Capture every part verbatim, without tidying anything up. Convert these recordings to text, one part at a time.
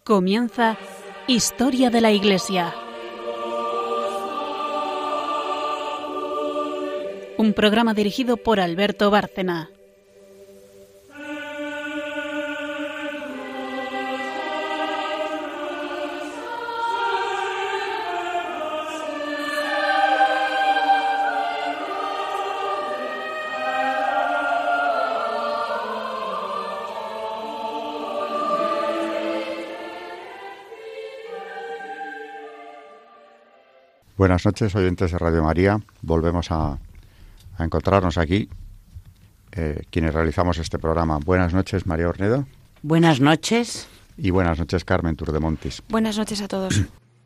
Comienza Historia de la Iglesia. Un programa dirigido por Alberto Bárcena. Buenas noches, oyentes de Radio María. Volvemos a, a encontrarnos aquí, eh, quienes realizamos este programa. Buenas noches, María Ornedo. Buenas noches. Y buenas noches, Carmen Turdemontis. Buenas noches a todos.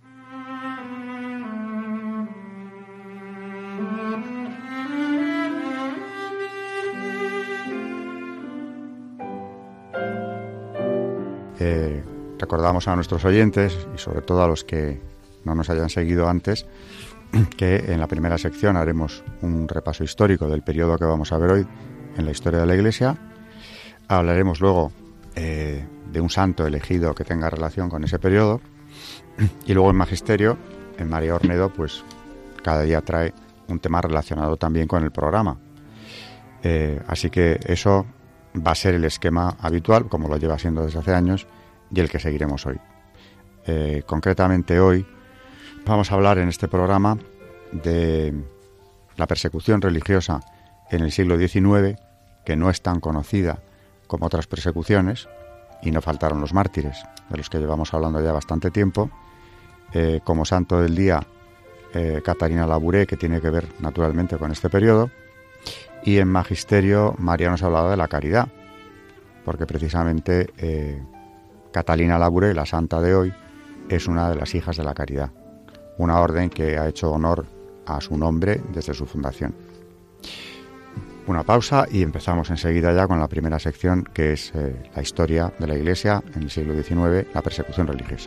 Eh, recordamos a nuestros oyentes, y sobre todo a los que no nos hayan seguido antes, que en la primera sección haremos un repaso histórico del periodo que vamos a ver hoy en la historia de la Iglesia. Hablaremos luego eh, de un santo elegido que tenga relación con ese periodo. Y luego en Magisterio, en María Ornedo, pues cada día trae un tema relacionado también con el programa. Eh, así que eso va a ser el esquema habitual, como lo lleva siendo desde hace años, y el que seguiremos hoy. Eh, concretamente hoy vamos a hablar en este programa de la persecución religiosa en el siglo diecinueve, que no es tan conocida como otras persecuciones, y no faltaron los mártires, de los que llevamos hablando ya bastante tiempo, eh, como santo del día eh, Catalina Labouré, que tiene que ver naturalmente con este periodo, y en Magisterio María nos ha hablado de la caridad, porque precisamente eh, Catalina Labouré, la santa de hoy, es una de las hijas de la caridad, una orden que ha hecho honor a su nombre desde su fundación. Una pausa y empezamos enseguida ya con la primera sección, que es eh, la historia de la Iglesia en el siglo diecinueve, la persecución religiosa.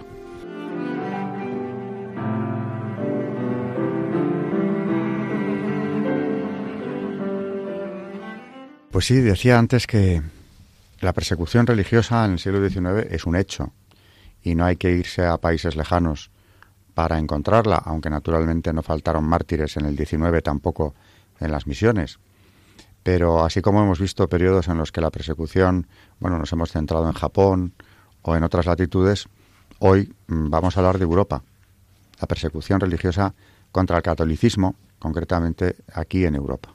Pues sí, decía antes que la persecución religiosa en el siglo diecinueve es un hecho y no hay que irse a países lejanos para encontrarla, aunque naturalmente no faltaron mártires en el diecinueve tampoco en las misiones. Pero así como hemos visto periodos en los que la persecución, bueno, nos hemos centrado en Japón o en otras latitudes, hoy vamos a hablar de Europa, la persecución religiosa contra el catolicismo, concretamente aquí en Europa.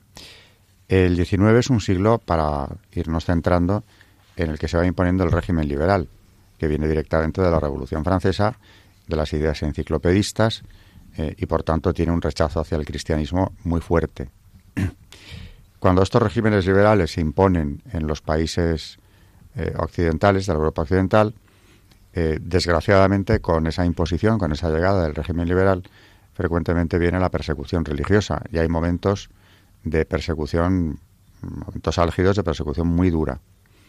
El diecinueve es un siglo, para irnos centrando, en el que se va imponiendo el régimen liberal, que viene directamente de la Revolución Francesa, de las ideas enciclopedistas, eh, y por tanto tiene un rechazo hacia el cristianismo muy fuerte. Cuando estos regímenes liberales se imponen en los países eh, occidentales, de la Europa occidental, eh, desgraciadamente con esa imposición, con esa llegada del régimen liberal, frecuentemente viene la persecución religiosa, y hay momentos de persecución, momentos álgidos de persecución muy dura.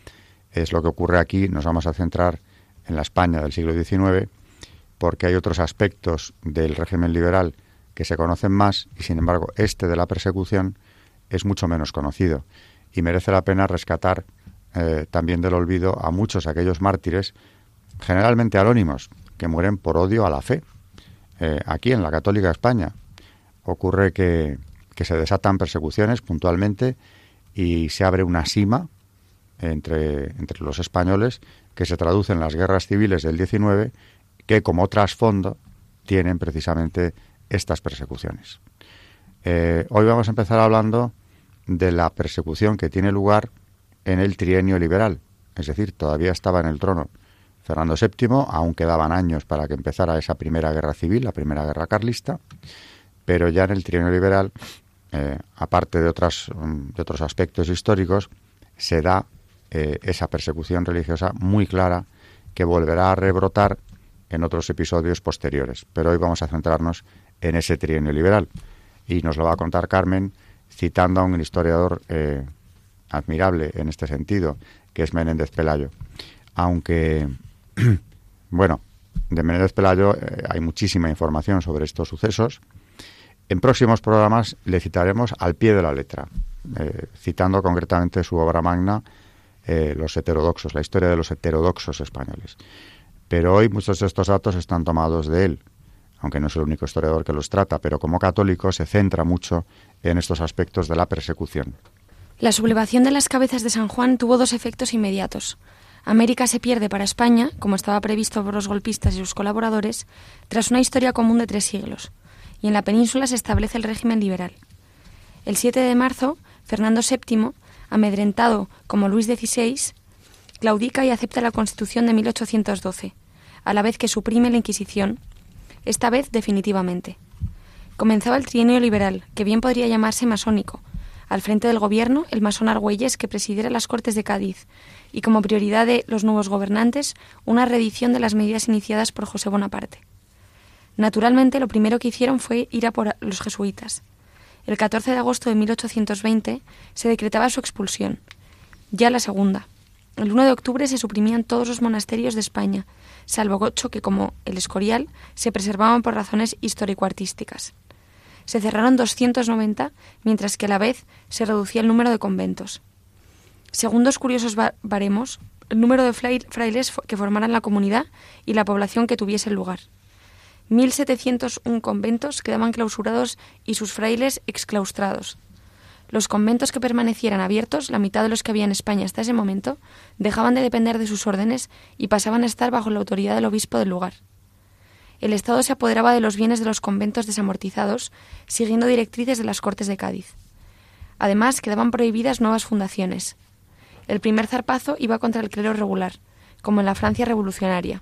Es lo que ocurre aquí. Nos vamos a centrar en la España del siglo diecinueve, porque hay otros aspectos del régimen liberal que se conocen más, y sin embargo este de la persecución es mucho menos conocido, y merece la pena rescatar eh, también del olvido a muchos de aquellos mártires, generalmente anónimos, que mueren por odio a la fe. Eh, aquí en la Católica España ocurre que, que se desatan persecuciones puntualmente y se abre una sima entre, entre los españoles que se traduce en las guerras civiles del diecinueve, que como trasfondo tienen precisamente estas persecuciones. Eh, hoy vamos a empezar hablando de la persecución que tiene lugar en el trienio liberal, es decir, todavía estaba en el trono Fernando séptimo, aún quedaban años para que empezara esa primera guerra civil, la primera guerra carlista, pero ya en el trienio liberal, eh, aparte de, otras, de otros aspectos históricos, se da eh, esa persecución religiosa muy clara que volverá a rebrotar en otros episodios posteriores. Pero hoy vamos a centrarnos en ese trienio liberal, y nos lo va a contar Carmen citando a un historiador eh, admirable en este sentido, que es Menéndez Pelayo. Aunque, bueno, de Menéndez Pelayo eh, hay muchísima información sobre estos sucesos. En próximos programas le citaremos al pie de la letra, eh, citando concretamente su obra magna, eh, Los heterodoxos, la historia de los heterodoxos españoles. Pero hoy muchos de estos datos están tomados de él, aunque no es el único historiador que los trata, pero como católico se centra mucho en estos aspectos de la persecución. La sublevación de las cabezas de San Juan tuvo dos efectos inmediatos. América se pierde para España, como estaba previsto por los golpistas y sus colaboradores, tras una historia común de tres siglos, y en la península se establece el régimen liberal. El siete de marzo, Fernando séptimo, amedrentado como Luis dieciséis, claudica y acepta la Constitución de mil ochocientos doce, a la vez que suprime la Inquisición, esta vez definitivamente. Comenzaba el trienio liberal, que bien podría llamarse masónico. Al frente del gobierno, el masón Argüelles, que presidiera las Cortes de Cádiz, y como prioridad de los nuevos gobernantes, una reedición de las medidas iniciadas por José Bonaparte. Naturalmente, lo primero que hicieron fue ir a por los jesuitas. El catorce de agosto de mil ochocientos veinte se decretaba su expulsión. Ya la segunda. El uno de octubre se suprimían todos los monasterios de España, salvo ocho que, como el Escorial, se preservaban por razones histórico-artísticas. Se cerraron doscientos noventa, mientras que a la vez se reducía el número de conventos. Según dos curiosos baremos, el número de frailes que formaran la comunidad y la población que tuviese el lugar. mil setecientos uno conventos quedaban clausurados y sus frailes exclaustrados. Los conventos que permanecieran abiertos, la mitad de los que había en España hasta ese momento, dejaban de depender de sus órdenes y pasaban a estar bajo la autoridad del obispo del lugar. El Estado se apoderaba de los bienes de los conventos desamortizados, siguiendo directrices de las Cortes de Cádiz. Además, quedaban prohibidas nuevas fundaciones. El primer zarpazo iba contra el clero regular, como en la Francia revolucionaria.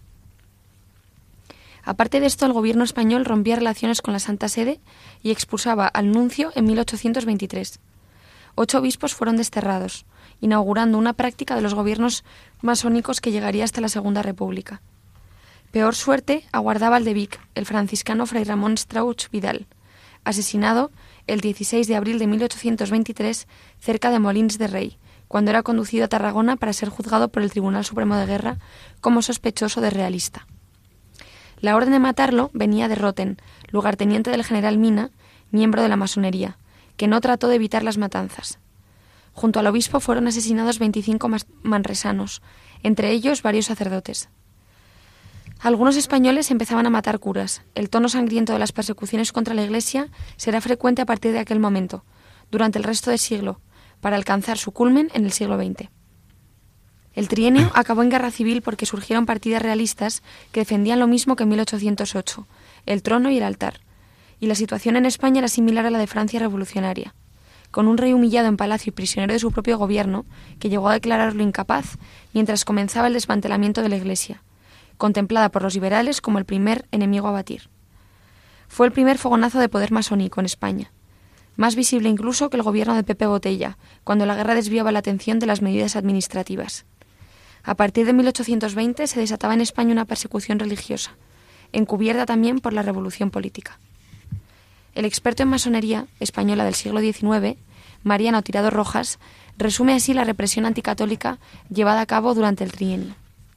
Aparte de esto, el gobierno español rompía relaciones con la Santa Sede y expulsaba al nuncio en mil ochocientos veintitrés. Ocho obispos fueron desterrados, inaugurando una práctica de los gobiernos masónicos que llegaría hasta la Segunda República. Peor suerte aguardaba al de Vic, el franciscano Fray Ramón Strauch Vidal, asesinado el dieciséis de abril de mil ochocientos veintitrés cerca de Molins de Rey, cuando era conducido a Tarragona para ser juzgado por el Tribunal Supremo de Guerra como sospechoso de realista. La orden de matarlo venía de Roten, lugarteniente del general Mina, miembro de la masonería, que no trató de evitar las matanzas. Junto al obispo fueron asesinados veinticinco manresanos, entre ellos varios sacerdotes. Algunos españoles empezaban a matar curas. El tono sangriento de las persecuciones contra la Iglesia será frecuente a partir de aquel momento, durante el resto del siglo, para alcanzar su culmen en el siglo veinte. El trienio acabó en guerra civil porque surgieron partidas realistas que defendían lo mismo que en mil ochocientos ocho, el trono y el altar, y la situación en España era similar a la de Francia revolucionaria, con un rey humillado en palacio y prisionero de su propio gobierno, que llegó a declararlo incapaz mientras comenzaba el desmantelamiento de la Iglesia, contemplada por los liberales como el primer enemigo a batir. Fue el primer fogonazo de poder masónico en España, más visible incluso que el gobierno de Pepe Botella, cuando la guerra desviaba la atención de las medidas administrativas. A partir de mil ochocientos veinte se desataba en España una persecución religiosa, encubierta también por la revolución política. El experto en masonería española del siglo diecinueve, Mariano Tirado Rojas, resume así la represión anticatólica llevada a cabo durante el trienio.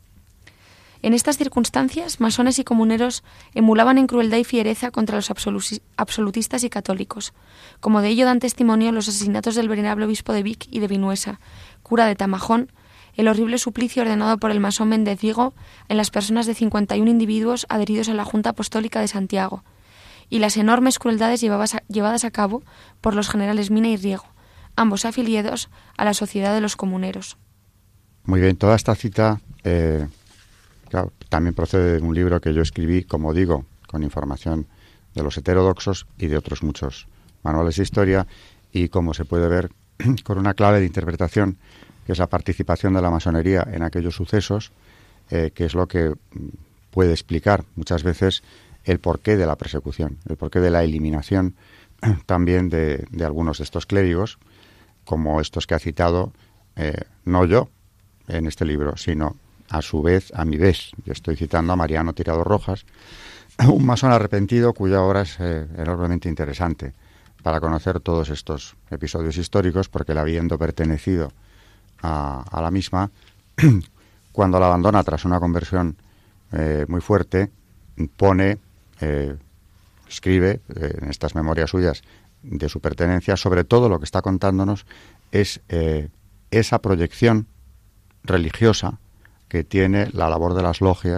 En estas circunstancias, masones y comuneros emulaban en crueldad y fiereza contra los absolutistas y católicos, como de ello dan testimonio los asesinatos del venerable obispo de Vic y de Vinuesa, cura de Tamajón, el horrible suplicio ordenado por el masón Méndez Vigo en las personas de cincuenta y un individuos adheridos a la Junta Apostólica de Santiago, y las enormes crueldades llevadas a cabo por los generales Mina y Riego, ambos afiliados a la Sociedad de los Comuneros. Muy bien, toda esta cita eh, claro, también procede de un libro que yo escribí, como digo, con información de los heterodoxos y de otros muchos manuales de historia, y como se puede ver, con una clave de interpretación, que es la participación de la masonería en aquellos sucesos, eh, que es lo que puede explicar muchas veces el porqué de la persecución, el porqué de la eliminación también de, de algunos de estos clérigos, como estos que ha citado, eh, no yo en este libro, sino a su vez, a mi vez. Yo estoy citando a Mariano Tirado Rojas, un masón arrepentido cuya obra es eh, enormemente interesante para conocer todos estos episodios históricos, porque él, habiendo pertenecido a, a la misma, cuando la abandona tras una conversión eh, muy fuerte, pone, eh, escribe eh, en estas memorias suyas de su pertenencia, sobre todo lo que está contándonos es eh, esa proyección religiosa que tiene la labor de las logias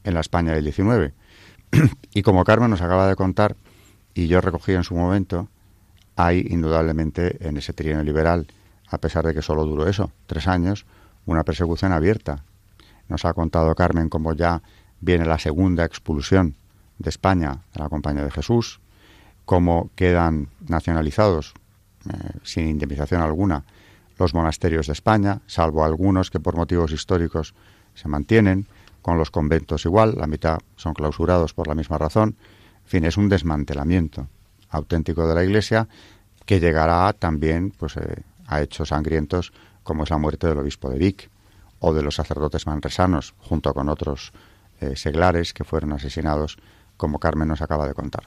en la España del diecinueve. Y como Carmen nos acaba de contar, y yo recogí en su momento, hay indudablemente en ese trienio liberal, a pesar de que solo duró eso, tres años, una persecución abierta. Nos ha contado Carmen cómo ya viene la segunda expulsión de España de la Compañía de Jesús, cómo quedan nacionalizados, eh, sin indemnización alguna, los monasterios de España, salvo algunos que por motivos históricos se mantienen, con los conventos igual, la mitad son clausurados por la misma razón. En fin, es un desmantelamiento auténtico de la Iglesia que llegará también pues, eh, a hechos sangrientos como es la muerte del obispo de Vic o de los sacerdotes manresanos, junto con otros eh, seglares que fueron asesinados, como Carmen nos acaba de contar.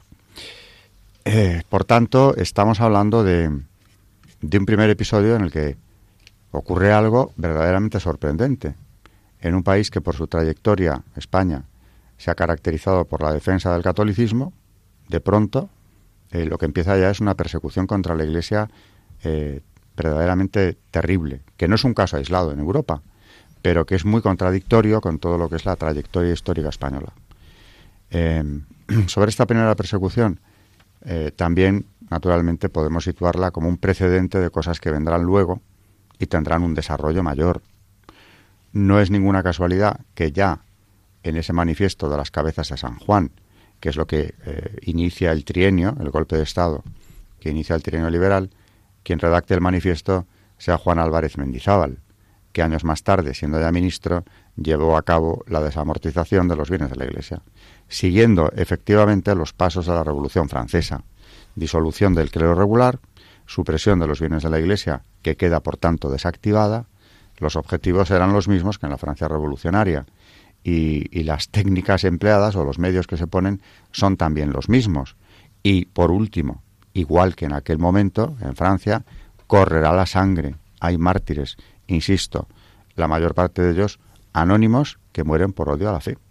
Eh, por tanto, estamos hablando de, de un primer episodio en el que ocurre algo verdaderamente sorprendente. En un país que por su trayectoria, España, se ha caracterizado por la defensa del catolicismo, de pronto eh, lo que empieza ya es una persecución contra la Iglesia eh, verdaderamente terrible, que no es un caso aislado en Europa, pero que es muy contradictorio con todo lo que es la trayectoria histórica española. Eh, sobre esta primera persecución, eh, también, naturalmente, podemos situarla como un precedente de cosas que vendrán luego y tendrán un desarrollo mayor. No es ninguna casualidad que ya en ese manifiesto de las cabezas de San Juan, que es lo que eh, inicia el trienio, el golpe de Estado, que inicia el trienio liberal, quien redacte el manifiesto sea Juan Álvarez Mendizábal, que años más tarde, siendo ya ministro, llevó a cabo la desamortización de los bienes de la Iglesia, siguiendo efectivamente los pasos de la Revolución Francesa: disolución del clero regular, supresión de los bienes de la Iglesia, que queda por tanto desactivada. Los objetivos eran los mismos que en la Francia revolucionaria y, y las técnicas empleadas o los medios que se ponen son también los mismos. Y, por último, igual que en aquel momento, en Francia, correrá la sangre. Hay mártires, insisto, la mayor parte de ellos anónimos que mueren por odio a la fe.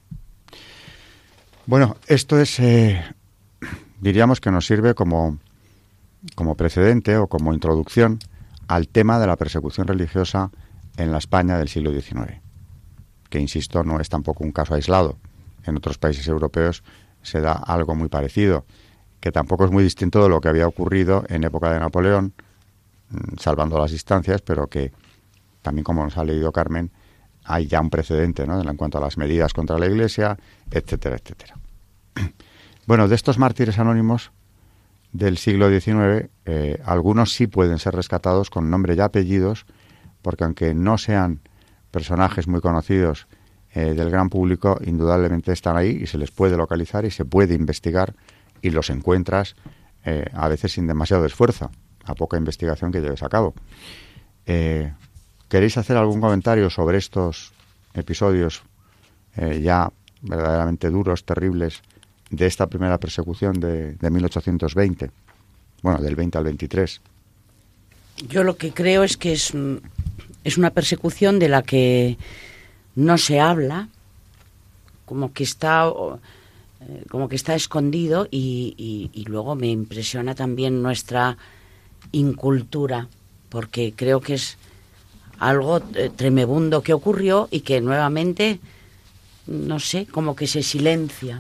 Bueno, esto es, eh, diríamos que nos sirve como, como precedente o como introducción al tema de la persecución religiosa en la España del siglo diecinueve, que, insisto, no es tampoco un caso aislado. En otros países europeos se da algo muy parecido, que tampoco es muy distinto de lo que había ocurrido en época de Napoleón, salvando las distancias, pero que también, como nos ha leído Carmen, hay ya un precedente, ¿no?, en cuanto a las medidas contra la Iglesia, etcétera, etcétera. Bueno, de estos mártires anónimos del siglo diecinueve, eh, algunos sí pueden ser rescatados con nombre y apellidos, porque aunque no sean personajes muy conocidos eh, del gran público, indudablemente están ahí y se les puede localizar y se puede investigar y los encuentras eh, a veces sin demasiado esfuerzo, a poca investigación que lleves a cabo. Eh, ¿Queréis hacer algún comentario sobre estos episodios eh, ya verdaderamente duros, terribles, de esta primera persecución de, de mil ochocientos veinte? Bueno, del veinte al veintitrés. Yo lo que creo es que es, es una persecución de la que no se habla, como que está, como que está escondido y, y, y luego me impresiona también nuestra incultura, porque creo que es algo tremebundo que ocurrió y que nuevamente, no sé, como que se silencia.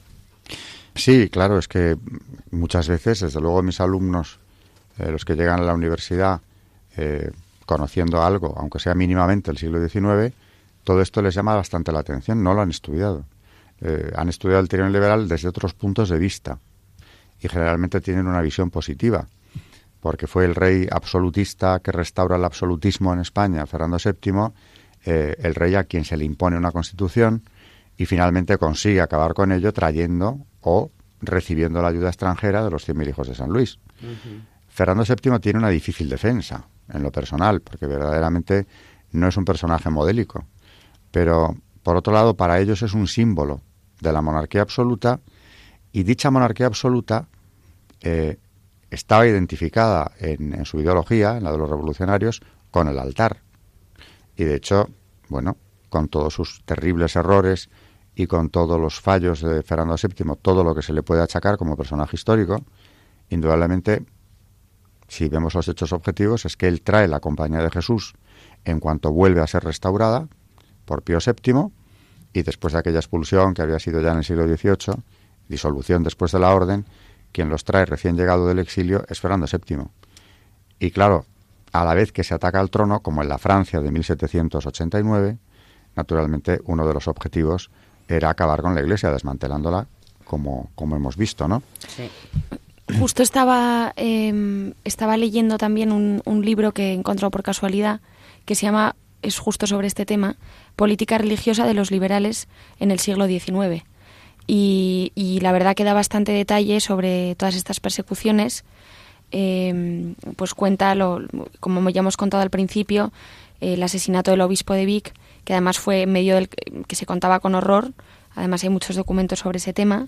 Sí, claro, es que muchas veces, desde luego, mis alumnos, eh, los que llegan a la universidad eh, conociendo algo, aunque sea mínimamente el siglo diecinueve, todo esto les llama bastante la atención, no lo han estudiado. Eh, han estudiado el trienio liberal desde otros puntos de vista y generalmente tienen una visión positiva, porque fue el rey absolutista que restaura el absolutismo en España, Fernando séptimo, eh, el rey a quien se le impone una constitución y finalmente consigue acabar con ello trayendo o recibiendo la ayuda extranjera de los cien mil hijos de San Luis. Uh-huh. Fernando séptimo tiene una difícil defensa, en lo personal, porque verdaderamente no es un personaje modélico. Pero, por otro lado, para ellos es un símbolo de la monarquía absoluta, y dicha monarquía absoluta eh, estaba identificada en, en su ideología, en la de los revolucionarios, con el altar. Y, de hecho, bueno, con todos sus terribles errores y con todos los fallos de Fernando séptimo, todo lo que se le puede achacar como personaje histórico, indudablemente, si vemos los hechos objetivos, es que él trae la Compañía de Jesús en cuanto vuelve a ser restaurada por Pío séptimo y después de aquella expulsión que había sido ya en el siglo dieciocho, disolución después de la orden, quien los trae recién llegado del exilio es Fernando séptimo. Y claro, a la vez que se ataca al trono, como en la Francia de mil setecientos ochenta y nueve, naturalmente uno de los objetivos era acabar con la Iglesia, desmantelándola, como, como hemos visto, ¿no? Sí. Justo estaba, eh, estaba leyendo también un, un libro que he encontrado por casualidad, que se llama, es justo sobre este tema, Política religiosa de los liberales en el siglo diecinueve. Y, y la verdad que da bastante detalle sobre todas estas persecuciones. Eh, pues cuenta, lo, como ya hemos contado al principio, eh, el asesinato del obispo de Vic, que además fue en medio del que se contaba con horror. Además hay muchos documentos sobre ese tema.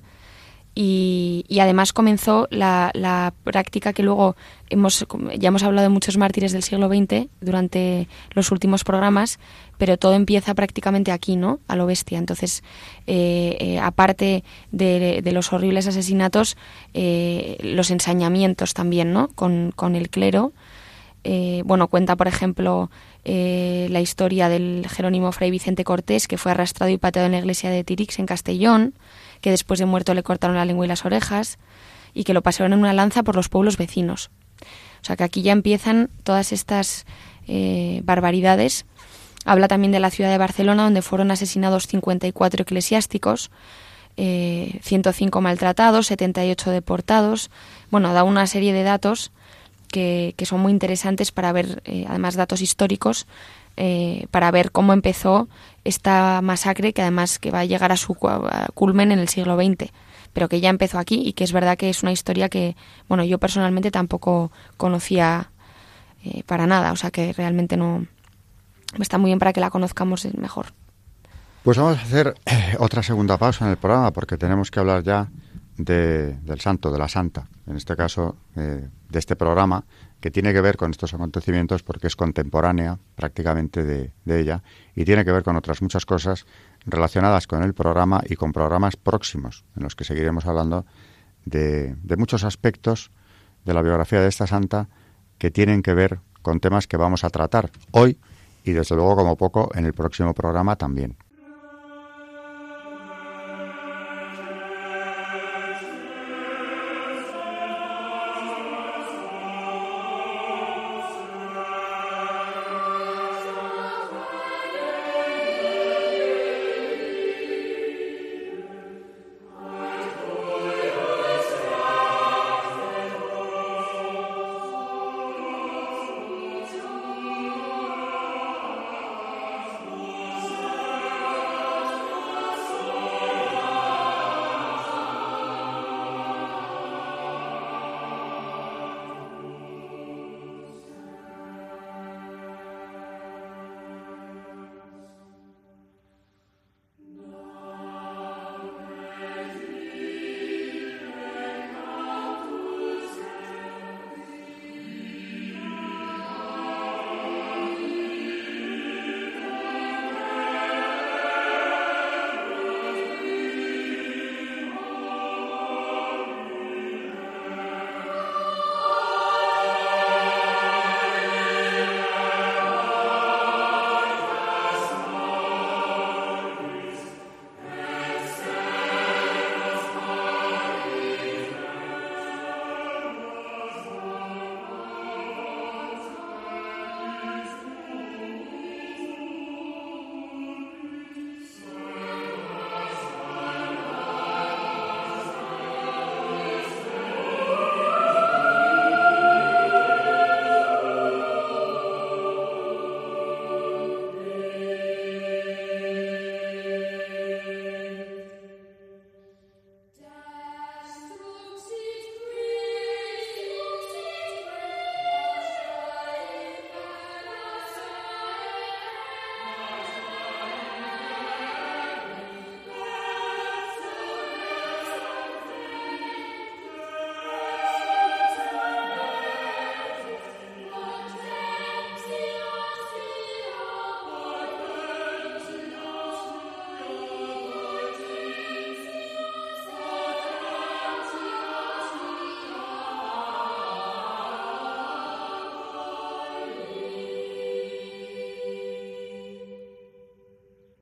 Y, y además comenzó la, la práctica que luego hemos ya hemos hablado de muchos mártires del siglo veinte durante los últimos programas, pero todo empieza prácticamente aquí, ¿no? A lo bestia. Entonces, eh, eh, aparte de, de los horribles asesinatos, eh, los ensañamientos también, ¿no? Con, con el clero. Eh, bueno, cuenta, por ejemplo, eh, la historia del Jerónimo Fray Vicente Cortés, que fue arrastrado y pateado en la iglesia de Tirix, en Castellón, que después de muerto le cortaron la lengua y las orejas, y que lo pasaron en una lanza por los pueblos vecinos. O sea que aquí ya empiezan todas estas eh, barbaridades. Habla también de la ciudad de Barcelona, donde fueron asesinados cincuenta y cuatro eclesiásticos, eh, ciento cinco maltratados, setenta y ocho deportados. Bueno, da una serie de datos que, que son muy interesantes para ver, eh, además datos históricos, eh, para ver cómo empezó esta masacre, que además que va a llegar a su culmen en el siglo veinte, pero que ya empezó aquí y que es verdad que es una historia que, bueno, yo personalmente tampoco conocía eh, para nada, o sea que realmente no está muy bien para que la conozcamos mejor. Pues vamos a hacer eh, otra segunda pausa en el programa, porque tenemos que hablar ya de, del santo, de la santa, en este caso eh, de este programa, que tiene que ver con estos acontecimientos porque es contemporánea prácticamente de, de ella, y tiene que ver con otras muchas cosas relacionadas con el programa y con programas próximos, en los que seguiremos hablando de, de muchos aspectos de la biografía de esta santa que tienen que ver con temas que vamos a tratar hoy y desde luego como poco en el próximo programa también.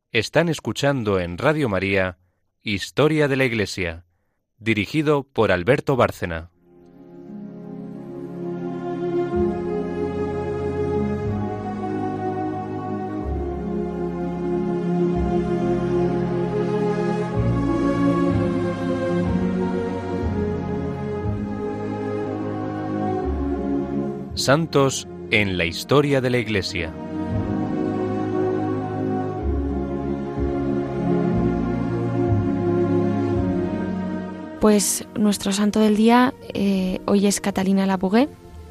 Están escuchando en Radio María Historia de la Iglesia, dirigido por Alberto Bárcena. Santos en la historia de la Iglesia. Pues nuestro santo del día eh, hoy es Catalina Labouré.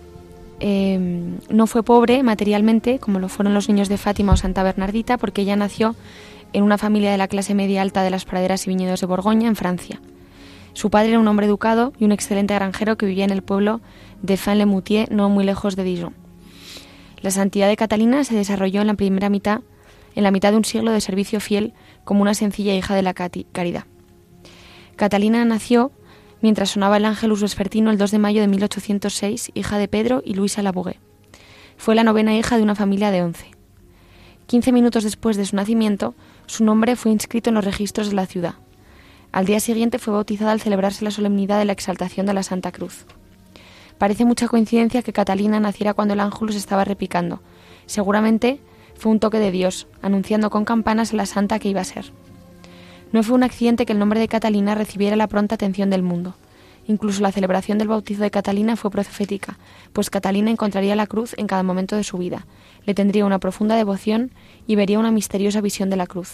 Eh, no fue pobre materialmente, como lo fueron los niños de Fátima o Santa Bernardita, porque ella nació en una familia de la clase media alta de las praderas y viñedos de Borgoña, en Francia. Su padre era un hombre educado y un excelente granjero que vivía en el pueblo de Fin-le-Moutier, no muy lejos de Dijon. La santidad de Catalina se desarrolló en la primera mitad, en la mitad de un siglo de servicio fiel como una sencilla hija de la caridad. Catalina nació mientras sonaba el Ángelus vespertino el dos de mayo de mil ochocientos seis, hija de Pedro y Luisa Labouré. Fue la novena hija de una familia de once. Quince minutos después de su nacimiento, su nombre fue inscrito en los registros de la ciudad. Al día siguiente fue bautizada al celebrarse la solemnidad de la exaltación de la Santa Cruz. Parece mucha coincidencia que Catalina naciera cuando el Ángelus estaba repicando. Seguramente fue un toque de Dios, anunciando con campanas a la santa que iba a ser. No fue un accidente que el nombre de Catalina recibiera la pronta atención del mundo. Incluso la celebración del bautizo de Catalina fue profética, pues Catalina encontraría la cruz en cada momento de su vida, le tendría una profunda devoción y vería una misteriosa visión de la cruz.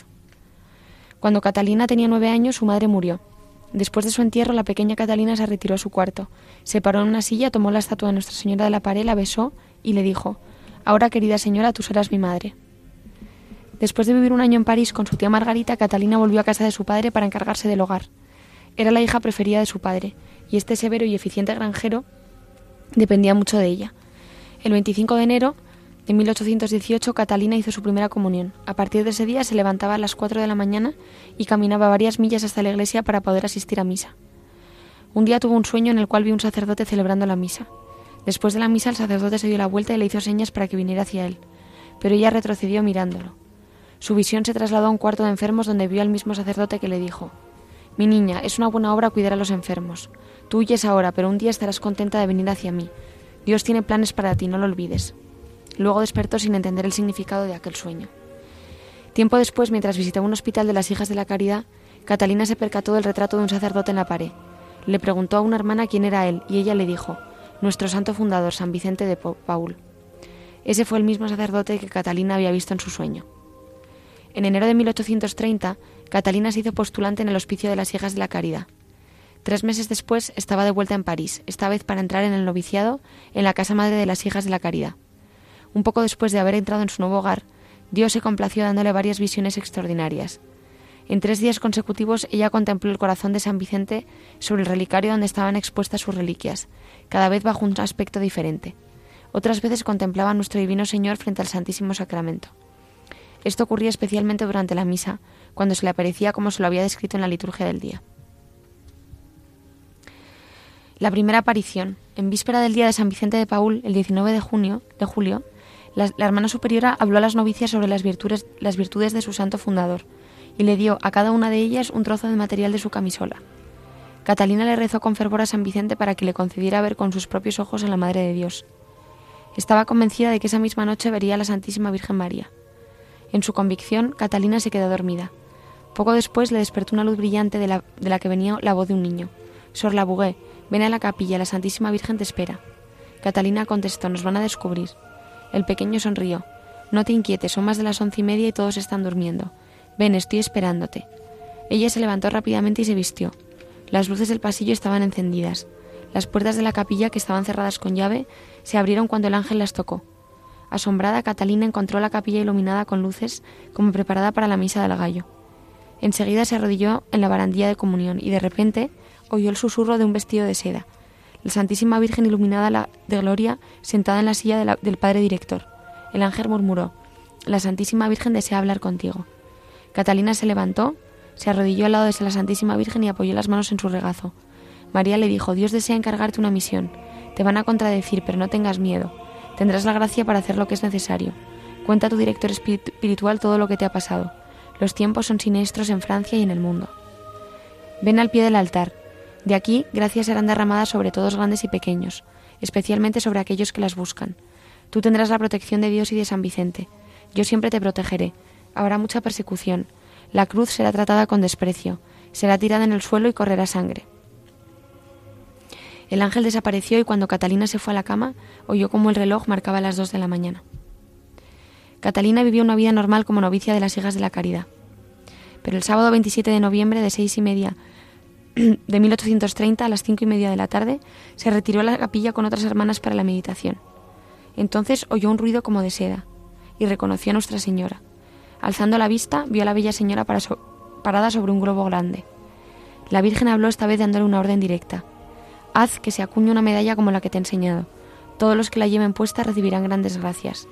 Cuando Catalina tenía nueve años, su madre murió. Después de su entierro, la pequeña Catalina se retiró a su cuarto, se paró en una silla, tomó la estatua de Nuestra Señora de la Pared, la besó y le dijo: «Ahora, querida señora, tú serás mi madre». Después de vivir un año en París con su tía Margarita, Catalina volvió a casa de su padre para encargarse del hogar. Era la hija preferida de su padre, y este severo y eficiente granjero dependía mucho de ella. El veinticinco de enero de mil ochocientos dieciocho, Catalina hizo su primera comunión. A partir de ese día se levantaba a las cuatro de la mañana y caminaba varias millas hasta la iglesia para poder asistir a misa. Un día tuvo un sueño en el cual vio un sacerdote celebrando la misa. Después de la misa, el sacerdote se dio la vuelta y le hizo señas para que viniera hacia él, pero ella retrocedió mirándolo. Su visión se trasladó a un cuarto de enfermos donde vio al mismo sacerdote que le dijo: «Mi niña, es una buena obra cuidar a los enfermos. Tú huyes ahora, pero un día estarás contenta de venir hacia mí. Dios tiene planes para ti, no lo olvides». Luego despertó sin entender el significado de aquel sueño. Tiempo después, mientras visitaba un hospital de las Hijas de la Caridad, Catalina se percató del retrato de un sacerdote en la pared. Le preguntó a una hermana quién era él y ella le dijo: «Nuestro santo fundador, San Vicente de Paúl». Ese fue el mismo sacerdote que Catalina había visto en su sueño. En enero de mil ochocientos treinta, Catalina se hizo postulante en el Hospicio de las Hijas de la Caridad. Tres meses después estaba de vuelta en París, esta vez para entrar en el noviciado en la Casa Madre de las Hijas de la Caridad. Un poco después de haber entrado en su nuevo hogar, Dios se complació dándole varias visiones extraordinarias. En tres días consecutivos ella contempló el corazón de San Vicente sobre el relicario donde estaban expuestas sus reliquias, cada vez bajo un aspecto diferente. Otras veces contemplaba a nuestro Divino Señor frente al Santísimo Sacramento. Esto ocurría especialmente durante la misa, cuando se le aparecía como se lo había descrito en la liturgia del día. La primera aparición. En víspera del día de San Vicente de Paúl, el diecinueve de junio, de julio, la, la hermana superiora habló a las novicias sobre las virtudes, las virtudes de su santo fundador y le dio a cada una de ellas un trozo de material de su camisola. Catalina le rezó con fervor a San Vicente para que le concediera ver con sus propios ojos a la Madre de Dios. Estaba convencida de que esa misma noche vería a la Santísima Virgen María. En su convicción, Catalina se quedó dormida. Poco después le despertó una luz brillante de la, de la que venía la voz de un niño. «Sor Labouré, ven a la capilla, la Santísima Virgen te espera». Catalina contestó: «Nos van a descubrir». El pequeño sonrió. «No te inquietes, son más de las once y media y todos están durmiendo. Ven, estoy esperándote». Ella se levantó rápidamente y se vistió. Las luces del pasillo estaban encendidas. Las puertas de la capilla, que estaban cerradas con llave, se abrieron cuando el ángel las tocó. Asombrada, Catalina encontró la capilla iluminada con luces como preparada para la misa del gallo. Enseguida se arrodilló en la barandilla de comunión y de repente oyó el susurro de un vestido de seda. La Santísima Virgen iluminada de gloria sentada en la silla de la, del padre director. El ángel murmuró: «La Santísima Virgen desea hablar contigo». Catalina se levantó, se arrodilló al lado de la Santísima Virgen y apoyó las manos en su regazo. María le dijo: «Dios desea encargarte una misión. Te van a contradecir, pero no tengas miedo. Tendrás la gracia para hacer lo que es necesario. Cuenta a tu director espiritual todo lo que te ha pasado. Los tiempos son siniestros en Francia y en el mundo. Ven al pie del altar. De aquí, gracias serán derramadas sobre todos grandes y pequeños, especialmente sobre aquellos que las buscan. Tú tendrás la protección de Dios y de San Vicente. Yo siempre te protegeré. Habrá mucha persecución. La cruz será tratada con desprecio. Será tirada en el suelo y correrá sangre. El ángel desapareció y cuando Catalina se fue a la cama, oyó como el reloj marcaba las dos de la mañana. Catalina vivió una vida normal como novicia de las Hijas de la Caridad. Pero el sábado veintisiete de noviembre de seis y media de mil ochocientos treinta a las cinco y media de la tarde, se retiró a la capilla con otras hermanas para la meditación. Entonces oyó un ruido como de seda y reconoció a Nuestra Señora. Alzando la vista, vio a la bella señora para so- parada sobre un globo grande. La Virgen habló esta vez dándole una orden directa. Haz que se acuñe una medalla como la que te he enseñado. Todos los que la lleven puesta recibirán grandes gracias.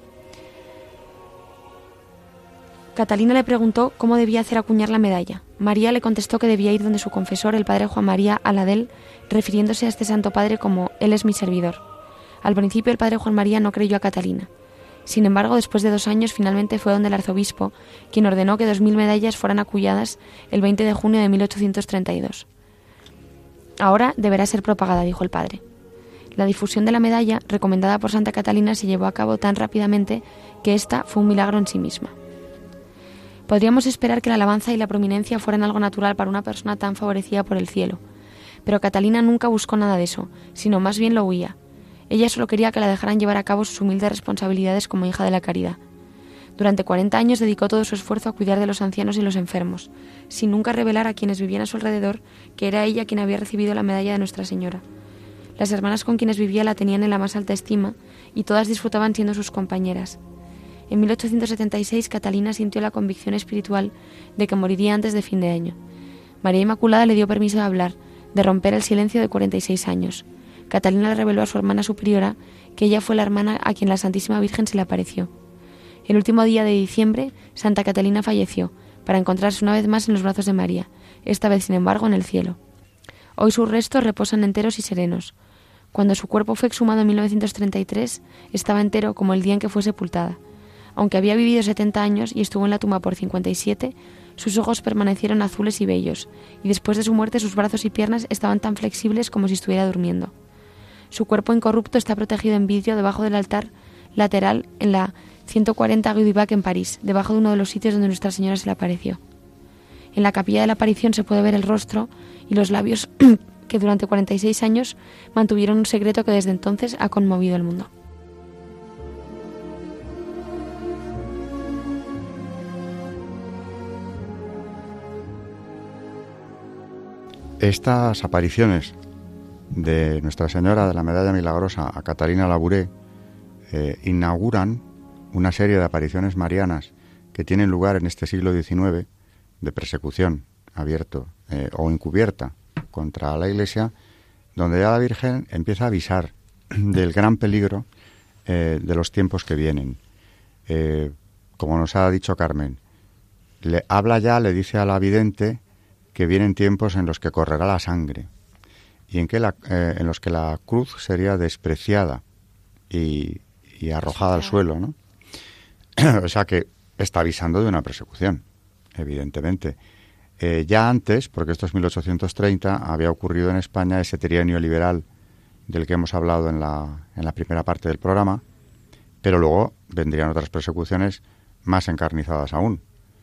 Catalina le preguntó cómo debía hacer acuñar la medalla. María le contestó que debía ir donde su confesor, el padre Juan María Aladel, refiriéndose a este santo padre como «Él es mi servidor». Al principio el padre Juan María no creyó a Catalina. Sin embargo, después de dos años, finalmente fue donde el arzobispo, quien ordenó que dos mil medallas fueran acuñadas el veinte de junio de mil ochocientos treinta y dos. Ahora deberá ser propagada, dijo el padre. La difusión de la medalla, recomendada por Santa Catalina, se llevó a cabo tan rápidamente que ésta fue un milagro en sí misma. Podríamos esperar que la alabanza y la prominencia fueran algo natural para una persona tan favorecida por el cielo, pero Catalina nunca buscó nada de eso, sino más bien lo huía. Ella solo quería que la dejaran llevar a cabo sus humildes responsabilidades como hija de la caridad. Durante cuarenta años dedicó todo su esfuerzo a cuidar de los ancianos y los enfermos, sin nunca revelar a quienes vivían a su alrededor que era ella quien había recibido la medalla de Nuestra Señora. Las hermanas con quienes vivía la tenían en la más alta estima y todas disfrutaban siendo sus compañeras. En mil ochocientos setenta y seis, Catalina sintió la convicción espiritual de que moriría antes de fin de año. María Inmaculada le dio permiso de hablar, de romper el silencio de cuarenta y seis años. Catalina le reveló a su hermana superiora que ella fue la hermana a quien la Santísima Virgen se le apareció. El último día de diciembre, Santa Catalina falleció, para encontrarse una vez más en los brazos de María, esta vez, sin embargo, en el cielo. Hoy sus restos reposan enteros y serenos. Cuando su cuerpo fue exhumado en mil novecientos treinta y tres, estaba entero como el día en que fue sepultada. Aunque había vivido setenta años y estuvo en la tumba por cincuenta y siete, sus ojos permanecieron azules y bellos, y después de su muerte sus brazos y piernas estaban tan flexibles como si estuviera durmiendo. Su cuerpo incorrupto está protegido en vidrio debajo del altar lateral en la ciento cuarenta Rue du Bac en París, debajo de uno de los sitios donde Nuestra Señora se le apareció. En la capilla de la aparición se puede ver el rostro y los labios que durante cuarenta y seis años mantuvieron un secreto que desde entonces ha conmovido el mundo. Estas apariciones de Nuestra Señora de la Medalla Milagrosa a Catalina Labouré eh, inauguran una serie de apariciones marianas que tienen lugar en este siglo diecinueve de persecución abierto eh, o encubierta contra la Iglesia, donde ya la Virgen empieza a avisar del gran peligro eh, de los tiempos que vienen. Eh, como nos ha dicho Carmen, le habla ya, le dice a la vidente que vienen tiempos en los que correrá la sangre y en, que la, eh, en los que la cruz sería despreciada y, y arrojada al suelo, ¿no? O sea que está avisando de una persecución, evidentemente. Eh, ya antes, porque esto es mil ochocientos treinta, había ocurrido en España ese trienio liberal del que hemos hablado en la, en la primera parte del programa, pero luego vendrían otras persecuciones más encarnizadas aún.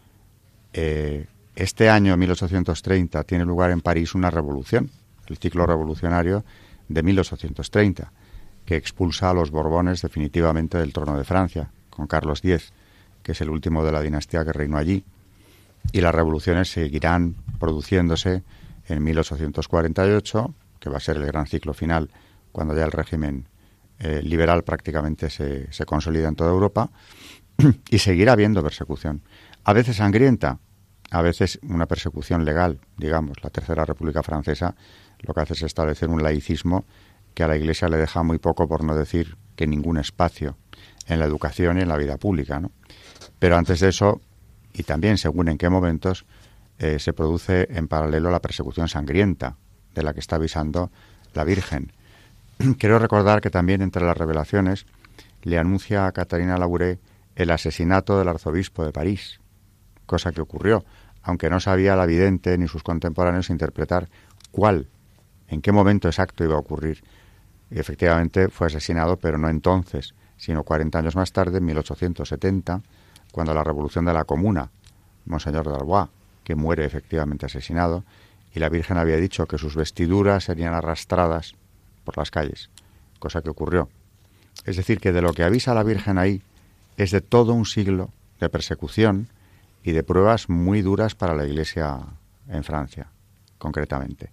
Eh, Este año, mil ochocientos treinta, tiene lugar en París una revolución, el ciclo revolucionario de mil ochocientos treinta, que expulsa a los Borbones definitivamente del trono de Francia, con Carlos Diez, que es el último de la dinastía que reinó allí. Y las revoluciones seguirán produciéndose en mil ochocientos cuarenta y ocho, que va a ser el gran ciclo final, cuando ya el régimen eh, liberal prácticamente se, se consolida en toda Europa, y seguirá habiendo persecución, a veces sangrienta, a veces una persecución legal, digamos. La Tercera República Francesa lo que hace es establecer un laicismo que a la Iglesia le deja muy poco, por no decir que ningún espacio en la educación y en la vida pública, ¿no? Pero antes de eso, y también según en qué momentos, eh, se produce en paralelo la persecución sangrienta de la que está avisando la Virgen. Quiero recordar que también entre las revelaciones le anuncia a Catalina Labouré el asesinato del arzobispo de París, cosa que ocurrió, aunque no sabía la vidente ni sus contemporáneos interpretar cuál, en qué momento exacto iba a ocurrir. Y efectivamente fue asesinado, pero no entonces, sino cuarenta años más tarde, en mil ochocientos setenta, cuando la revolución de la Comuna, Monseñor de Arbois, que muere efectivamente asesinado, y la Virgen había dicho que sus vestiduras serían arrastradas por las calles, cosa que ocurrió. Es decir, que de lo que avisa la Virgen ahí es de todo un siglo de persecución y de pruebas muy duras para la Iglesia en Francia, concretamente.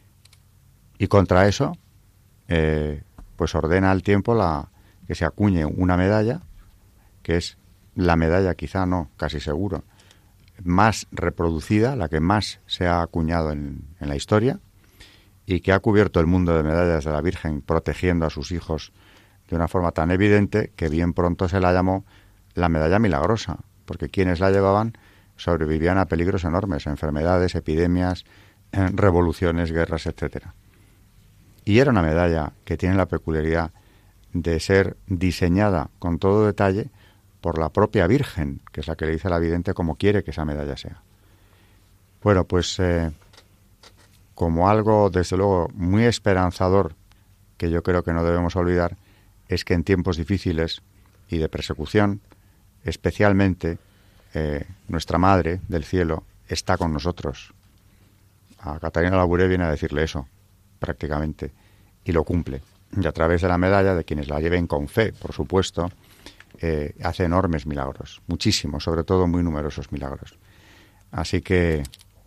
Y contra eso, eh, pues ordena al tiempo la, que se acuñe una medalla, que es la medalla, quizá no, casi seguro, más reproducida, la que más se ha acuñado en, en la historia, y que ha cubierto el mundo de medallas de la Virgen protegiendo a sus hijos de una forma tan evidente que bien pronto se la llamó la medalla milagrosa, porque quienes la llevaban sobrevivían a peligros enormes, enfermedades, epidemias, revoluciones, guerras, etcétera. Y era una medalla que tiene la peculiaridad de ser diseñada con todo detalle por la propia Virgen, que es la que le dice a la vidente cómo quiere que esa medalla sea. Bueno, pues eh, como algo, desde luego, muy esperanzador, que yo creo que no debemos olvidar, es que en tiempos difíciles y de persecución, especialmente, eh, nuestra Madre del Cielo está con nosotros. A Catalina Labouré viene a decirle eso, prácticamente, y lo cumple. Y a través de la medalla, de quienes la lleven con fe, por supuesto, eh, hace enormes milagros, muchísimos, sobre todo muy numerosos milagros. Así que,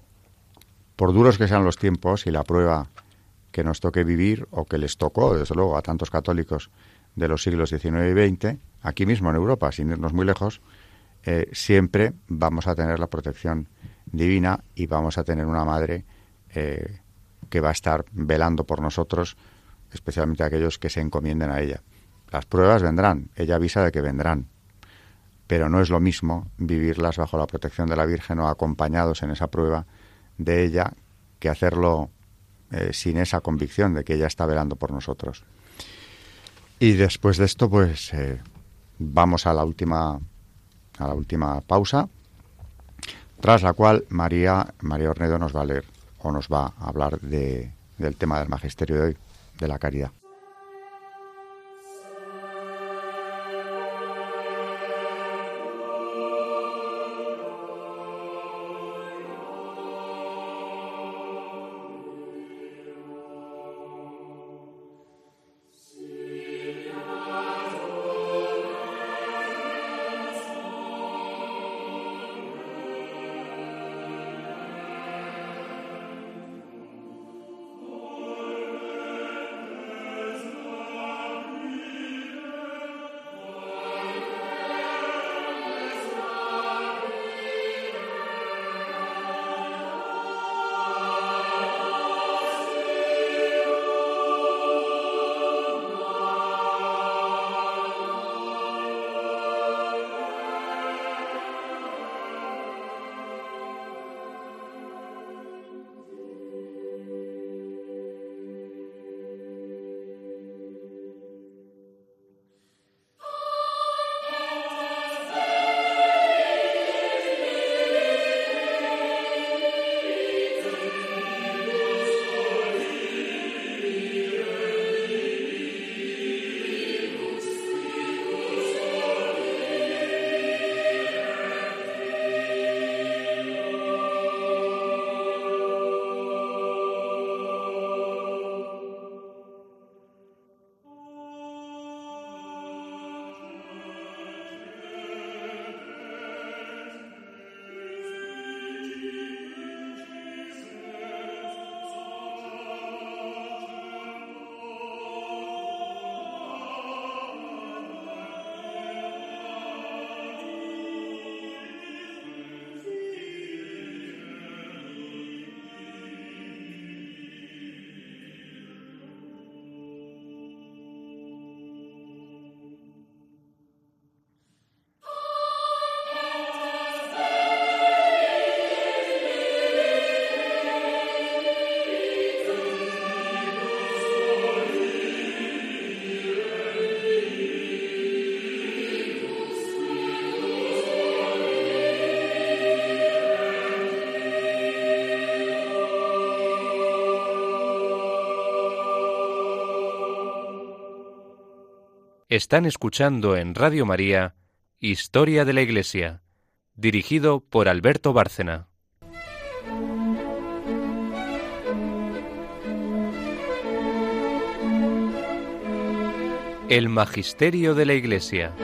por duros que sean los tiempos y la prueba que nos toque vivir, o que les tocó, desde luego, a tantos católicos de los siglos diecinueve y veinte, aquí mismo en Europa, sin irnos muy lejos, eh, siempre vamos a tener la protección divina y vamos a tener una madre eh, que va a estar velando por nosotros, especialmente aquellos que se encomienden a ella. Las pruebas vendrán, ella avisa de que vendrán, pero no es lo mismo vivirlas bajo la protección de la Virgen o acompañados en esa prueba de ella que hacerlo eh, sin esa convicción de que ella está velando por nosotros. Y después de esto, pues eh, vamos a la última a la última pausa, tras la cual María María Ornedo nos va a leer o nos va a hablar de, del tema del magisterio de hoy, de la caridad. Están escuchando en Radio María Historia de la Iglesia, dirigido por Alberto Bárcena. El Magisterio de la Iglesia.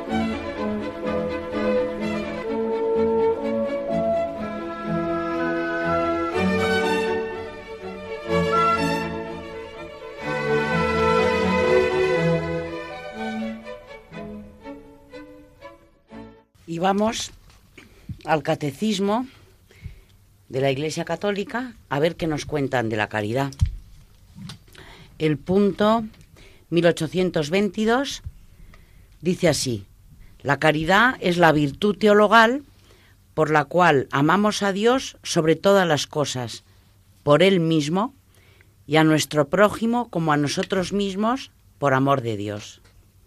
Y vamos al Catecismo de la Iglesia Católica a ver qué nos cuentan de la caridad. El punto mil ochocientos veintidós dice así: la caridad es la virtud teologal por la cual amamos a Dios sobre todas las cosas, por Él mismo, y a nuestro prójimo como a nosotros mismos, por amor de Dios.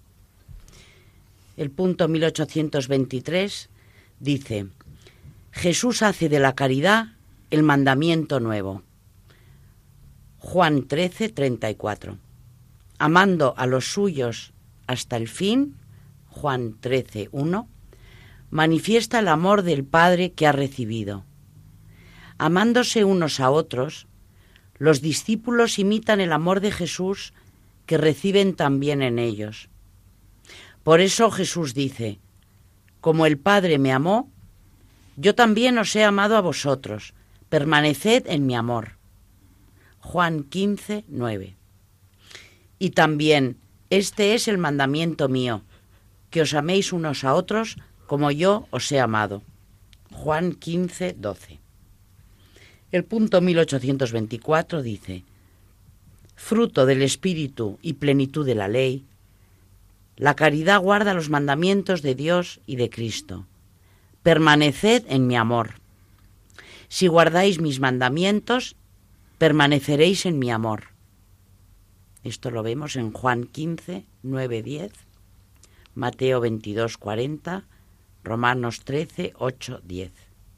El punto mil ochocientos veintitrés dice: Jesús hace de la caridad el mandamiento nuevo. Juan trece, treinta y cuatro. Amando a los suyos hasta el fin, Juan trece, uno, manifiesta el amor del Padre que ha recibido. Amándose unos a otros, los discípulos imitan el amor de Jesús que reciben también en ellos. Por eso Jesús dice: como el Padre me amó, yo también os he amado a vosotros, permaneced en mi amor. Juan quince, nueve. Y también, este es el mandamiento mío, que os améis unos a otros como yo os he amado. Juan quince, doce. El punto mil ochocientos veinticuatro dice: fruto del Espíritu y plenitud de la ley, la caridad guarda los mandamientos de Dios y de Cristo. Permaneced en mi amor. Si guardáis mis mandamientos, permaneceréis en mi amor. Esto lo vemos en Juan quince, nueve, diez, Mateo veintidós, cuarenta, Romanos trece, ocho, diez.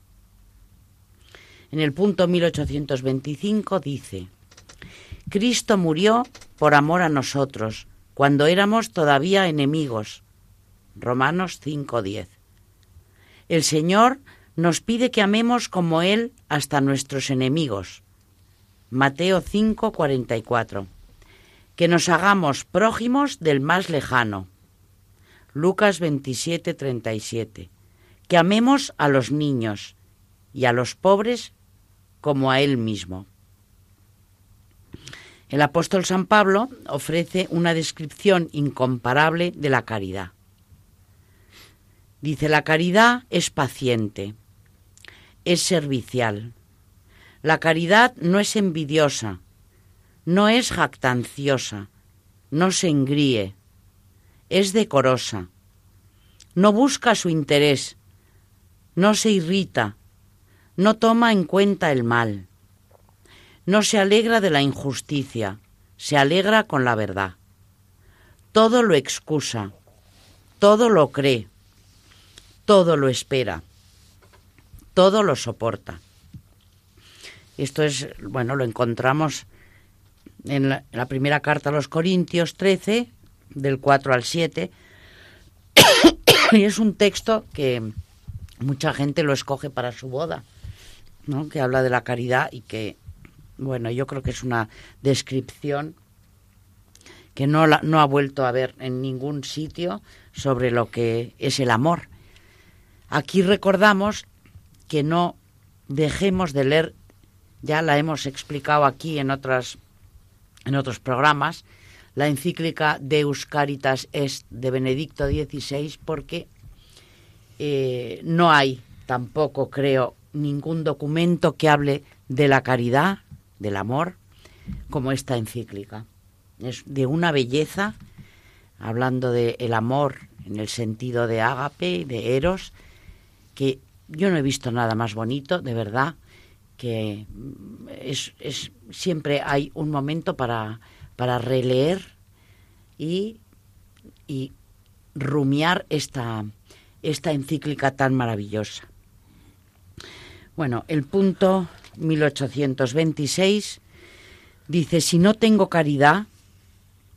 En el punto mil ochocientos veinticinco dice: Cristo murió por amor a nosotros, cuando éramos todavía enemigos. Romanos cinco, diez. El Señor nos pide que amemos como Él hasta nuestros enemigos. Mateo cinco, cuarenta y cuatro. Que nos hagamos prójimos del más lejano. Lucas veintisiete, treinta y siete. Que amemos a los niños y a los pobres como a Él mismo. El apóstol San Pablo ofrece una descripción incomparable de la caridad. Dice: la caridad es paciente, es servicial. La caridad no es envidiosa, no es jactanciosa, no se engríe, es decorosa, no busca su interés, no se irrita, no toma en cuenta el mal. No se alegra de la injusticia, se alegra con la verdad. Todo lo excusa, todo lo cree, todo lo espera, todo lo soporta. Esto es, bueno, lo encontramos en la, en la primera carta a los Corintios trece, del cuatro al siete, y es un texto que mucha gente lo escoge para su boda, ¿no? Que habla de la caridad y que, bueno, yo creo que es una descripción que no, la, no ha vuelto a ver en ningún sitio sobre lo que es el amor. Aquí recordamos que no dejemos de leer, ya la hemos explicado aquí en, otras, en otros programas, la encíclica Deus Caritas Est de Benedicto dieciséis, porque eh, no hay tampoco, creo, ningún documento que hable de la caridad, del amor, como esta encíclica. Es de una belleza, hablando del amor en el sentido de ágape, de eros, que yo no he visto nada más bonito, de verdad, que es, es siempre hay un momento para, para releer y, y rumiar esta, esta encíclica tan maravillosa. Bueno, el punto mil ochocientos veintiséis dice: si no tengo caridad,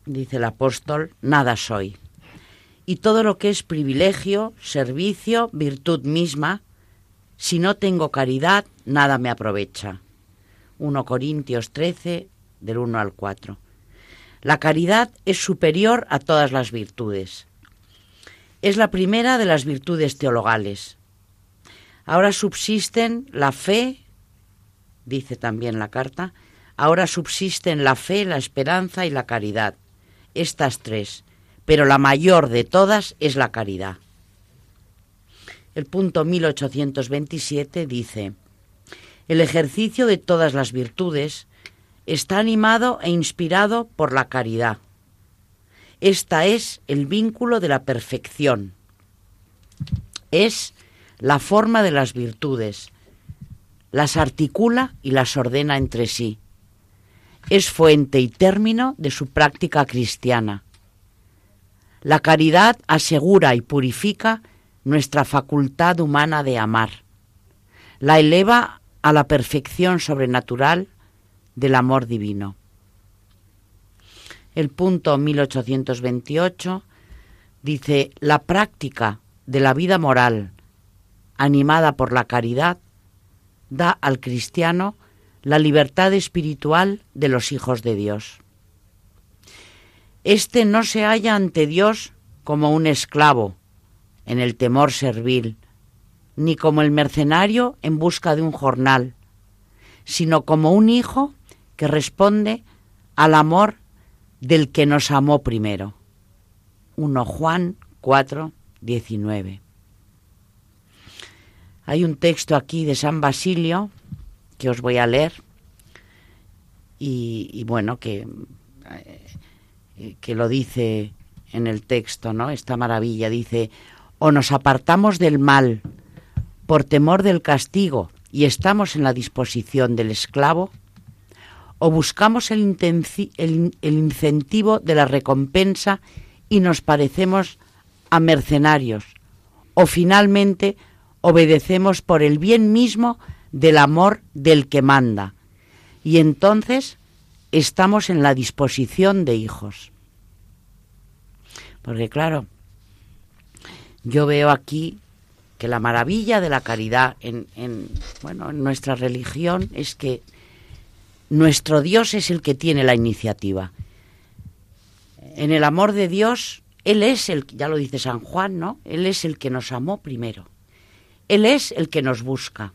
dice el apóstol, nada soy. Y todo lo que es privilegio, servicio, virtud misma, si no tengo caridad, nada me aprovecha. primera Corintios trece, del uno al cuatro. La caridad es superior a todas las virtudes. Es la primera de las virtudes teologales. Ahora subsisten la fe, dice también la carta, ahora subsisten la fe, la esperanza y la caridad. Estas tres, pero la mayor de todas es la caridad. El punto mil ochocientos veintisiete dice: el ejercicio de todas las virtudes está animado e inspirado por la caridad. Esta es el vínculo de la perfección. Es la forma de las virtudes. Las articula y las ordena entre sí. Es fuente y término de su práctica cristiana. La caridad asegura y purifica nuestra facultad humana de amar. La eleva a la perfección sobrenatural del amor divino. El punto mil ochocientos veintiocho dice: la práctica de la vida moral, animada por la caridad, da al cristiano la libertad espiritual de los hijos de Dios. Este no se halla ante Dios como un esclavo, en el temor servil, ni como el mercenario en busca de un jornal, sino como un hijo que responde al amor del que nos amó primero. primera Juan cuatro, diecinueve. Hay un texto aquí de San Basilio que os voy a leer y, y bueno, que, que lo dice en el texto, ¿no? Esta maravilla, dice: o nos apartamos del mal por temor del castigo y estamos en la disposición del esclavo, o buscamos el, intenci- el, el incentivo de la recompensa y nos parecemos a mercenarios, o finalmente obedecemos por el bien mismo del amor del que manda, y entonces estamos en la disposición de hijos. Porque claro, yo veo aquí que la maravilla de la caridad en, en, bueno, en nuestra religión es que nuestro Dios es el que tiene la iniciativa. En el amor de Dios, Él es el, ya lo dice San Juan, ¿no? Él es el que nos amó primero. Él es el que nos busca.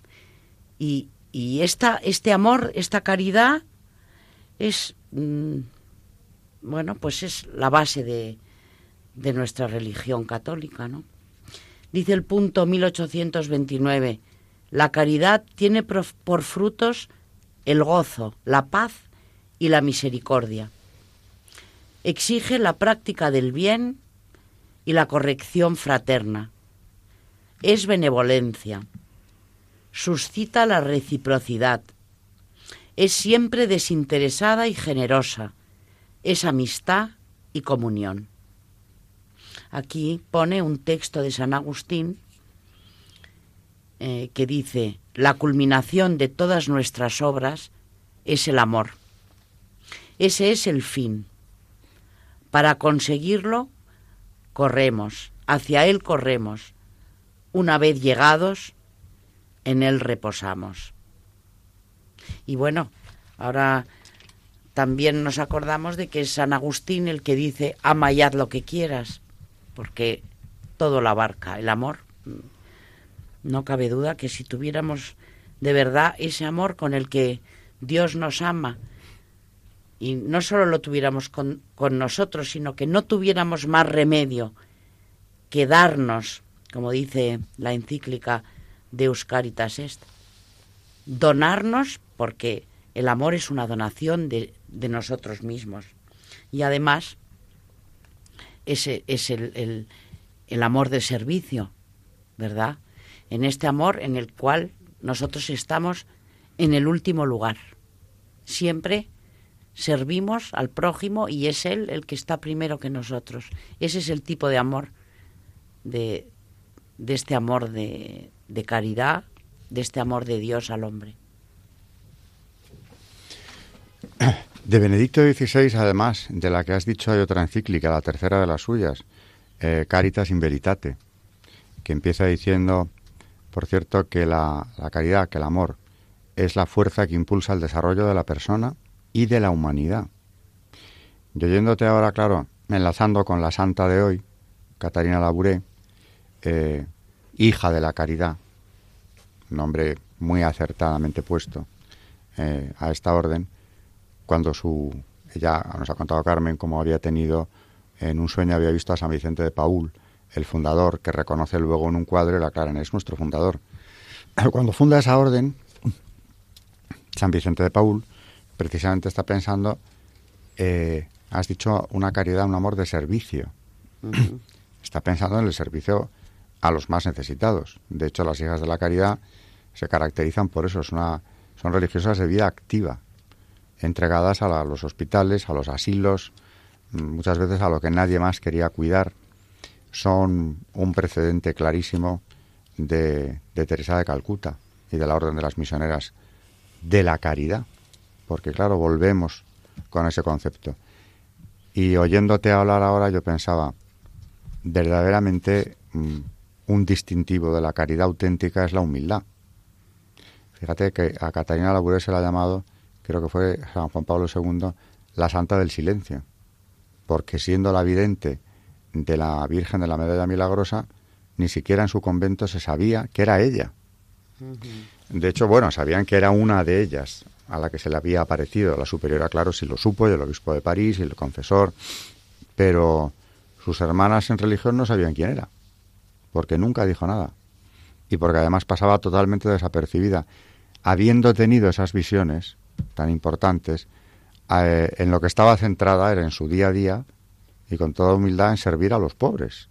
Y, y esta, este amor, esta caridad, es, mmm, bueno, pues es la base de, de nuestra religión católica, ¿no? Dice el punto mil ochocientos veintinueve, la caridad tiene por frutos el gozo, la paz y la misericordia. Exige la práctica del bien y la corrección fraterna. Es benevolencia. Suscita la reciprocidad. Es siempre desinteresada y generosa. Es amistad y comunión. Aquí pone un texto de San Agustín eh, que dice: la culminación de todas nuestras obras es el amor. Ese es el fin. Para conseguirlo, corremos, hacia él corremos. Una vez llegados, en él reposamos. Y bueno, ahora también nos acordamos de que es San Agustín el que dice: ama y haz lo que quieras, porque todo lo abarca. El amor, no cabe duda que si tuviéramos de verdad ese amor con el que Dios nos ama, y no solo lo tuviéramos con, con nosotros, sino que no tuviéramos más remedio que darnos, como dice la encíclica Deus Caritas Est, donarnos, porque el amor es una donación de, de nosotros mismos. Y además, ese es el, el, el amor de servicio, ¿verdad? En este amor en el cual nosotros estamos en el último lugar. Siempre servimos al prójimo y es él el que está primero que nosotros. Ese es el tipo de amor, de, de este amor de, de caridad, de este amor de Dios al hombre. De Benedicto dieciséis, además, de la que has dicho, hay otra encíclica, la tercera de las suyas, eh, Caritas in Veritate, que empieza diciendo, por cierto, que la, la caridad, que el amor, es la fuerza que impulsa el desarrollo de la persona y de la humanidad. Y oyéndote ahora, claro, enlazando con la santa de hoy, Catarina Labouré, eh, hija de la caridad, nombre muy acertadamente puesto eh, a esta orden, cuando su ella nos ha contado Carmen cómo había tenido, en un sueño había visto a San Vicente de Paúl, el fundador, que reconoce luego en un cuadro y la aclaran, es nuestro fundador. Cuando funda esa orden, San Vicente de Paúl precisamente está pensando, eh, has dicho una caridad, un amor de servicio. Uh-huh. Está pensando en el servicio a los más necesitados. De hecho, las hijas de la caridad se caracterizan por eso, es una, son religiosas de vida activa, entregadas a la, los hospitales, a los asilos, muchas veces a lo que nadie más quería cuidar. Son un precedente clarísimo de, de Teresa de Calcuta y de la Orden de las Misioneras de la caridad, porque claro, volvemos con ese concepto. Y oyéndote hablar ahora, yo pensaba, verdaderamente mmm, un distintivo de la caridad auténtica es la humildad. Fíjate que a Catarina Labouré se la ha llamado, creo que fue San Juan Pablo segundo, la santa del silencio, porque siendo la vidente de la Virgen de la Medalla Milagrosa, ni siquiera en su convento se sabía que era ella. Uh-huh. De hecho, bueno, sabían que era una de ellas a la que se le había aparecido. La superiora, claro, sí lo supo, y el obispo de París, y el confesor, pero sus hermanas en religión no sabían quién era, porque nunca dijo nada, y porque además pasaba totalmente desapercibida, habiendo tenido esas visiones tan importantes. Eh, en lo que estaba centrada era en su día a día, y con toda humildad en servir a los pobres.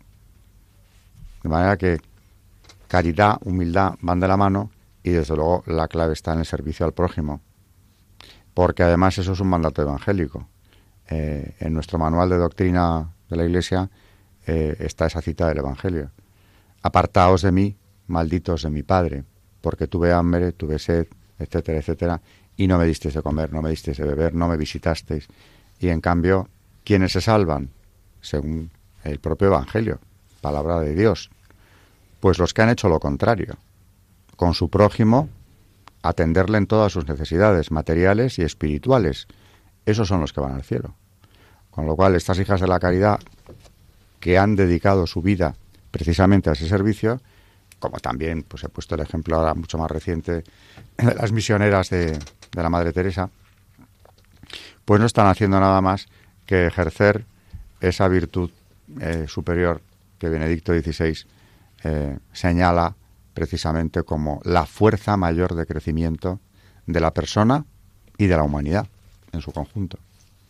De manera que caridad, humildad van de la mano, y desde luego la clave está en el servicio al prójimo, porque además eso es un mandato evangélico. Eh, en nuestro manual de doctrina de la Iglesia eh, está esa cita del Evangelio: apartaos de mí, malditos de mi Padre, porque tuve hambre, tuve sed, etcétera, etcétera, y no me disteis de comer, no me disteis de beber, no me visitasteis. Y en cambio, ¿quiénes se salvan? Según el propio Evangelio, palabra de Dios, pues los que han hecho lo contrario, con su prójimo, atenderle en todas sus necesidades materiales y espirituales. Esos son los que van al cielo. Con lo cual, estas hijas de la caridad, que han dedicado su vida precisamente a ese servicio, como también pues he puesto el ejemplo ahora mucho más reciente de las misioneras de, de la Madre Teresa, pues no están haciendo nada más que ejercer esa virtud eh, superior que Benedicto dieciséis eh, señala precisamente como la fuerza mayor de crecimiento de la persona y de la humanidad en su conjunto.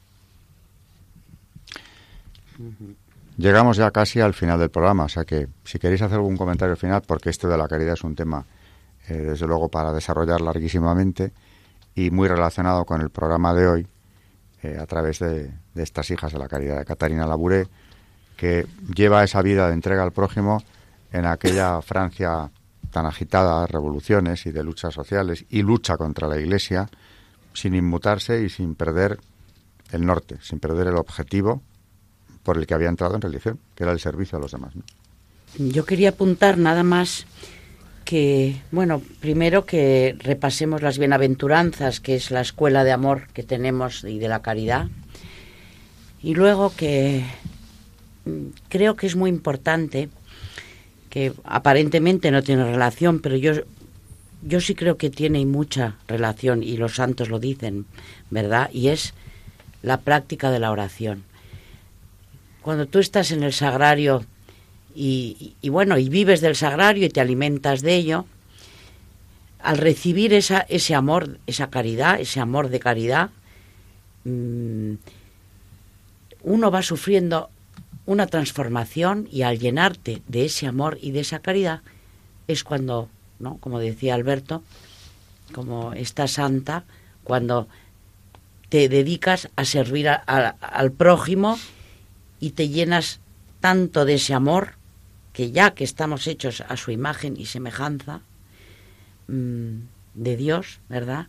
Uh-huh. Llegamos ya casi al final del programa, o sea que si queréis hacer algún comentario final, porque esto de la caridad es un tema, eh, desde luego, para desarrollar larguísimamente y muy relacionado con el programa de hoy, eh, a través de, de estas hijas de la caridad de Catarina Labouré, que lleva esa vida de entrega al prójimo en aquella Francia tan agitada de revoluciones y de luchas sociales y lucha contra la Iglesia, sin inmutarse y sin perder el norte, sin perder el objetivo por el que había entrado en religión, que era el servicio a los demás, ¿no? Yo quería apuntar nada más que, bueno, primero que repasemos las bienaventuranzas, que es la escuela de amor que tenemos y de la caridad, y luego que creo que es muy importante, que aparentemente no tiene relación, pero yo, yo sí creo que tiene mucha relación, y los santos lo dicen, ¿verdad? Y es la práctica de la oración. Cuando tú estás en el sagrario y, y, y bueno, y vives del sagrario y te alimentas de ello, al recibir esa, ese amor, esa caridad, ese amor de caridad, mmm, uno va sufriendo una transformación, y al llenarte de ese amor y de esa caridad es cuando, ¿no?, como decía Alberto, como esta santa, cuando te dedicas a servir a, a, al prójimo, y te llenas tanto de ese amor, que ya que estamos hechos a su imagen y semejanza mmm, de Dios, ¿verdad?,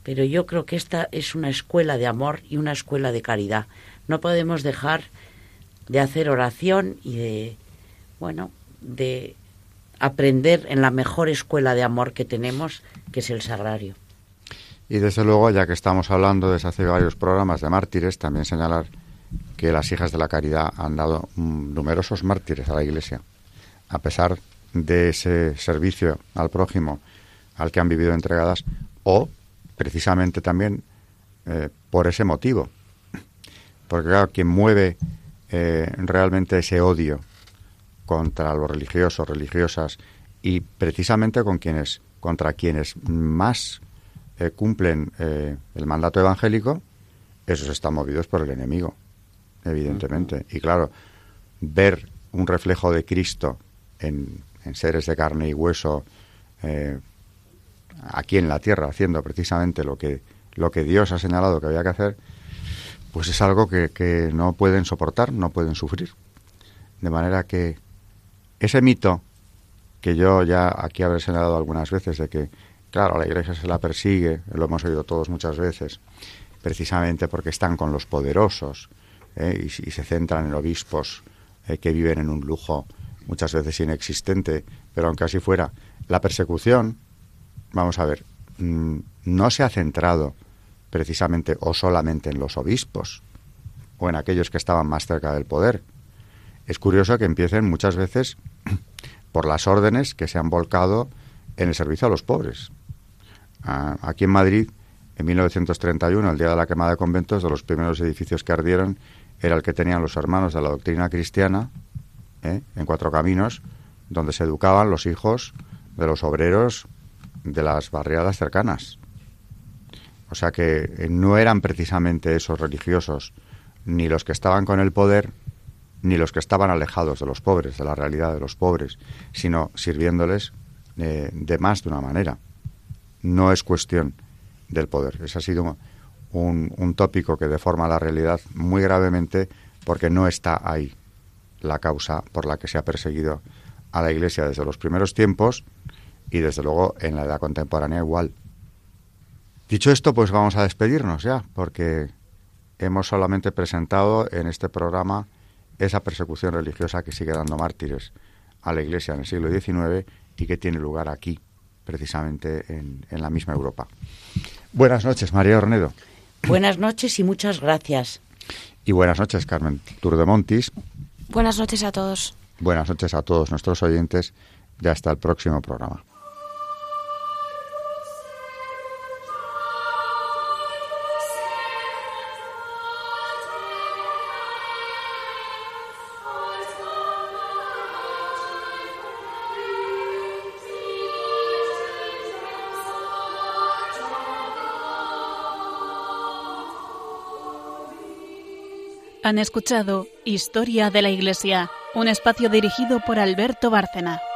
pero yo creo que esta es una escuela de amor y una escuela de caridad. No podemos dejar de hacer oración y de, bueno, de aprender en la mejor escuela de amor que tenemos, que es el sagrario. Y desde luego, ya que estamos hablando desde hace varios programas de mártires, también señalar que las hijas de la caridad han dado mm, numerosos mártires a la Iglesia, a pesar de ese servicio al prójimo al que han vivido entregadas, o precisamente también eh, por ese motivo. Porque claro, quien mueve eh, realmente ese odio contra los religiosos, religiosas, y precisamente con quienes, contra quienes más eh, cumplen eh, el mandato evangélico, esos están movidos por el enemigo, evidentemente. Uh-huh. Y claro, ver un reflejo de Cristo en, en seres de carne y hueso, eh, aquí en la tierra, haciendo precisamente lo que, lo que Dios ha señalado que había que hacer, pues es algo que, que no pueden soportar, no pueden sufrir. De manera que ese mito que yo ya aquí habré señalado algunas veces, de que, claro, a la Iglesia se la persigue, lo hemos oído todos muchas veces, precisamente porque están con los poderosos, ¿eh? y, y se centran en obispos eh, que viven en un lujo muchas veces inexistente, pero aunque así fuera, la persecución, vamos a ver, mmm, no se ha centrado precisamente o solamente en los obispos o en aquellos que estaban más cerca del poder. Es curioso que empiecen muchas veces por las órdenes que se han volcado en el servicio a los pobres. Ah, aquí en Madrid, en mil novecientos treinta y uno, el día de la quema de conventos, de los primeros edificios que ardieron era el que tenían los hermanos de la doctrina cristiana, ¿eh? en Cuatro Caminos, donde se educaban los hijos de los obreros de las barriadas cercanas. O sea que eh, no eran precisamente esos religiosos, ni los que estaban con el poder, ni los que estaban alejados de los pobres, de la realidad de los pobres, sino sirviéndoles eh, de más de una manera. No es cuestión del poder. Ese ha sido un, un tópico que deforma la realidad muy gravemente, porque no está ahí la causa por la que se ha perseguido a la Iglesia desde los primeros tiempos y desde luego en la edad contemporánea igual. Dicho esto, pues vamos a despedirnos ya, porque hemos solamente presentado en este programa esa persecución religiosa que sigue dando mártires a la Iglesia en el siglo diecinueve y que tiene lugar aquí, precisamente en, en la misma Europa. Buenas noches, María Ornedo. Buenas noches y muchas gracias. Y buenas noches, Carmen Turdemontis. Buenas noches a todos. Buenas noches a todos nuestros oyentes. Ya hasta el próximo programa. Han escuchado Historia de la Iglesia, un espacio dirigido por Alberto Bárcena.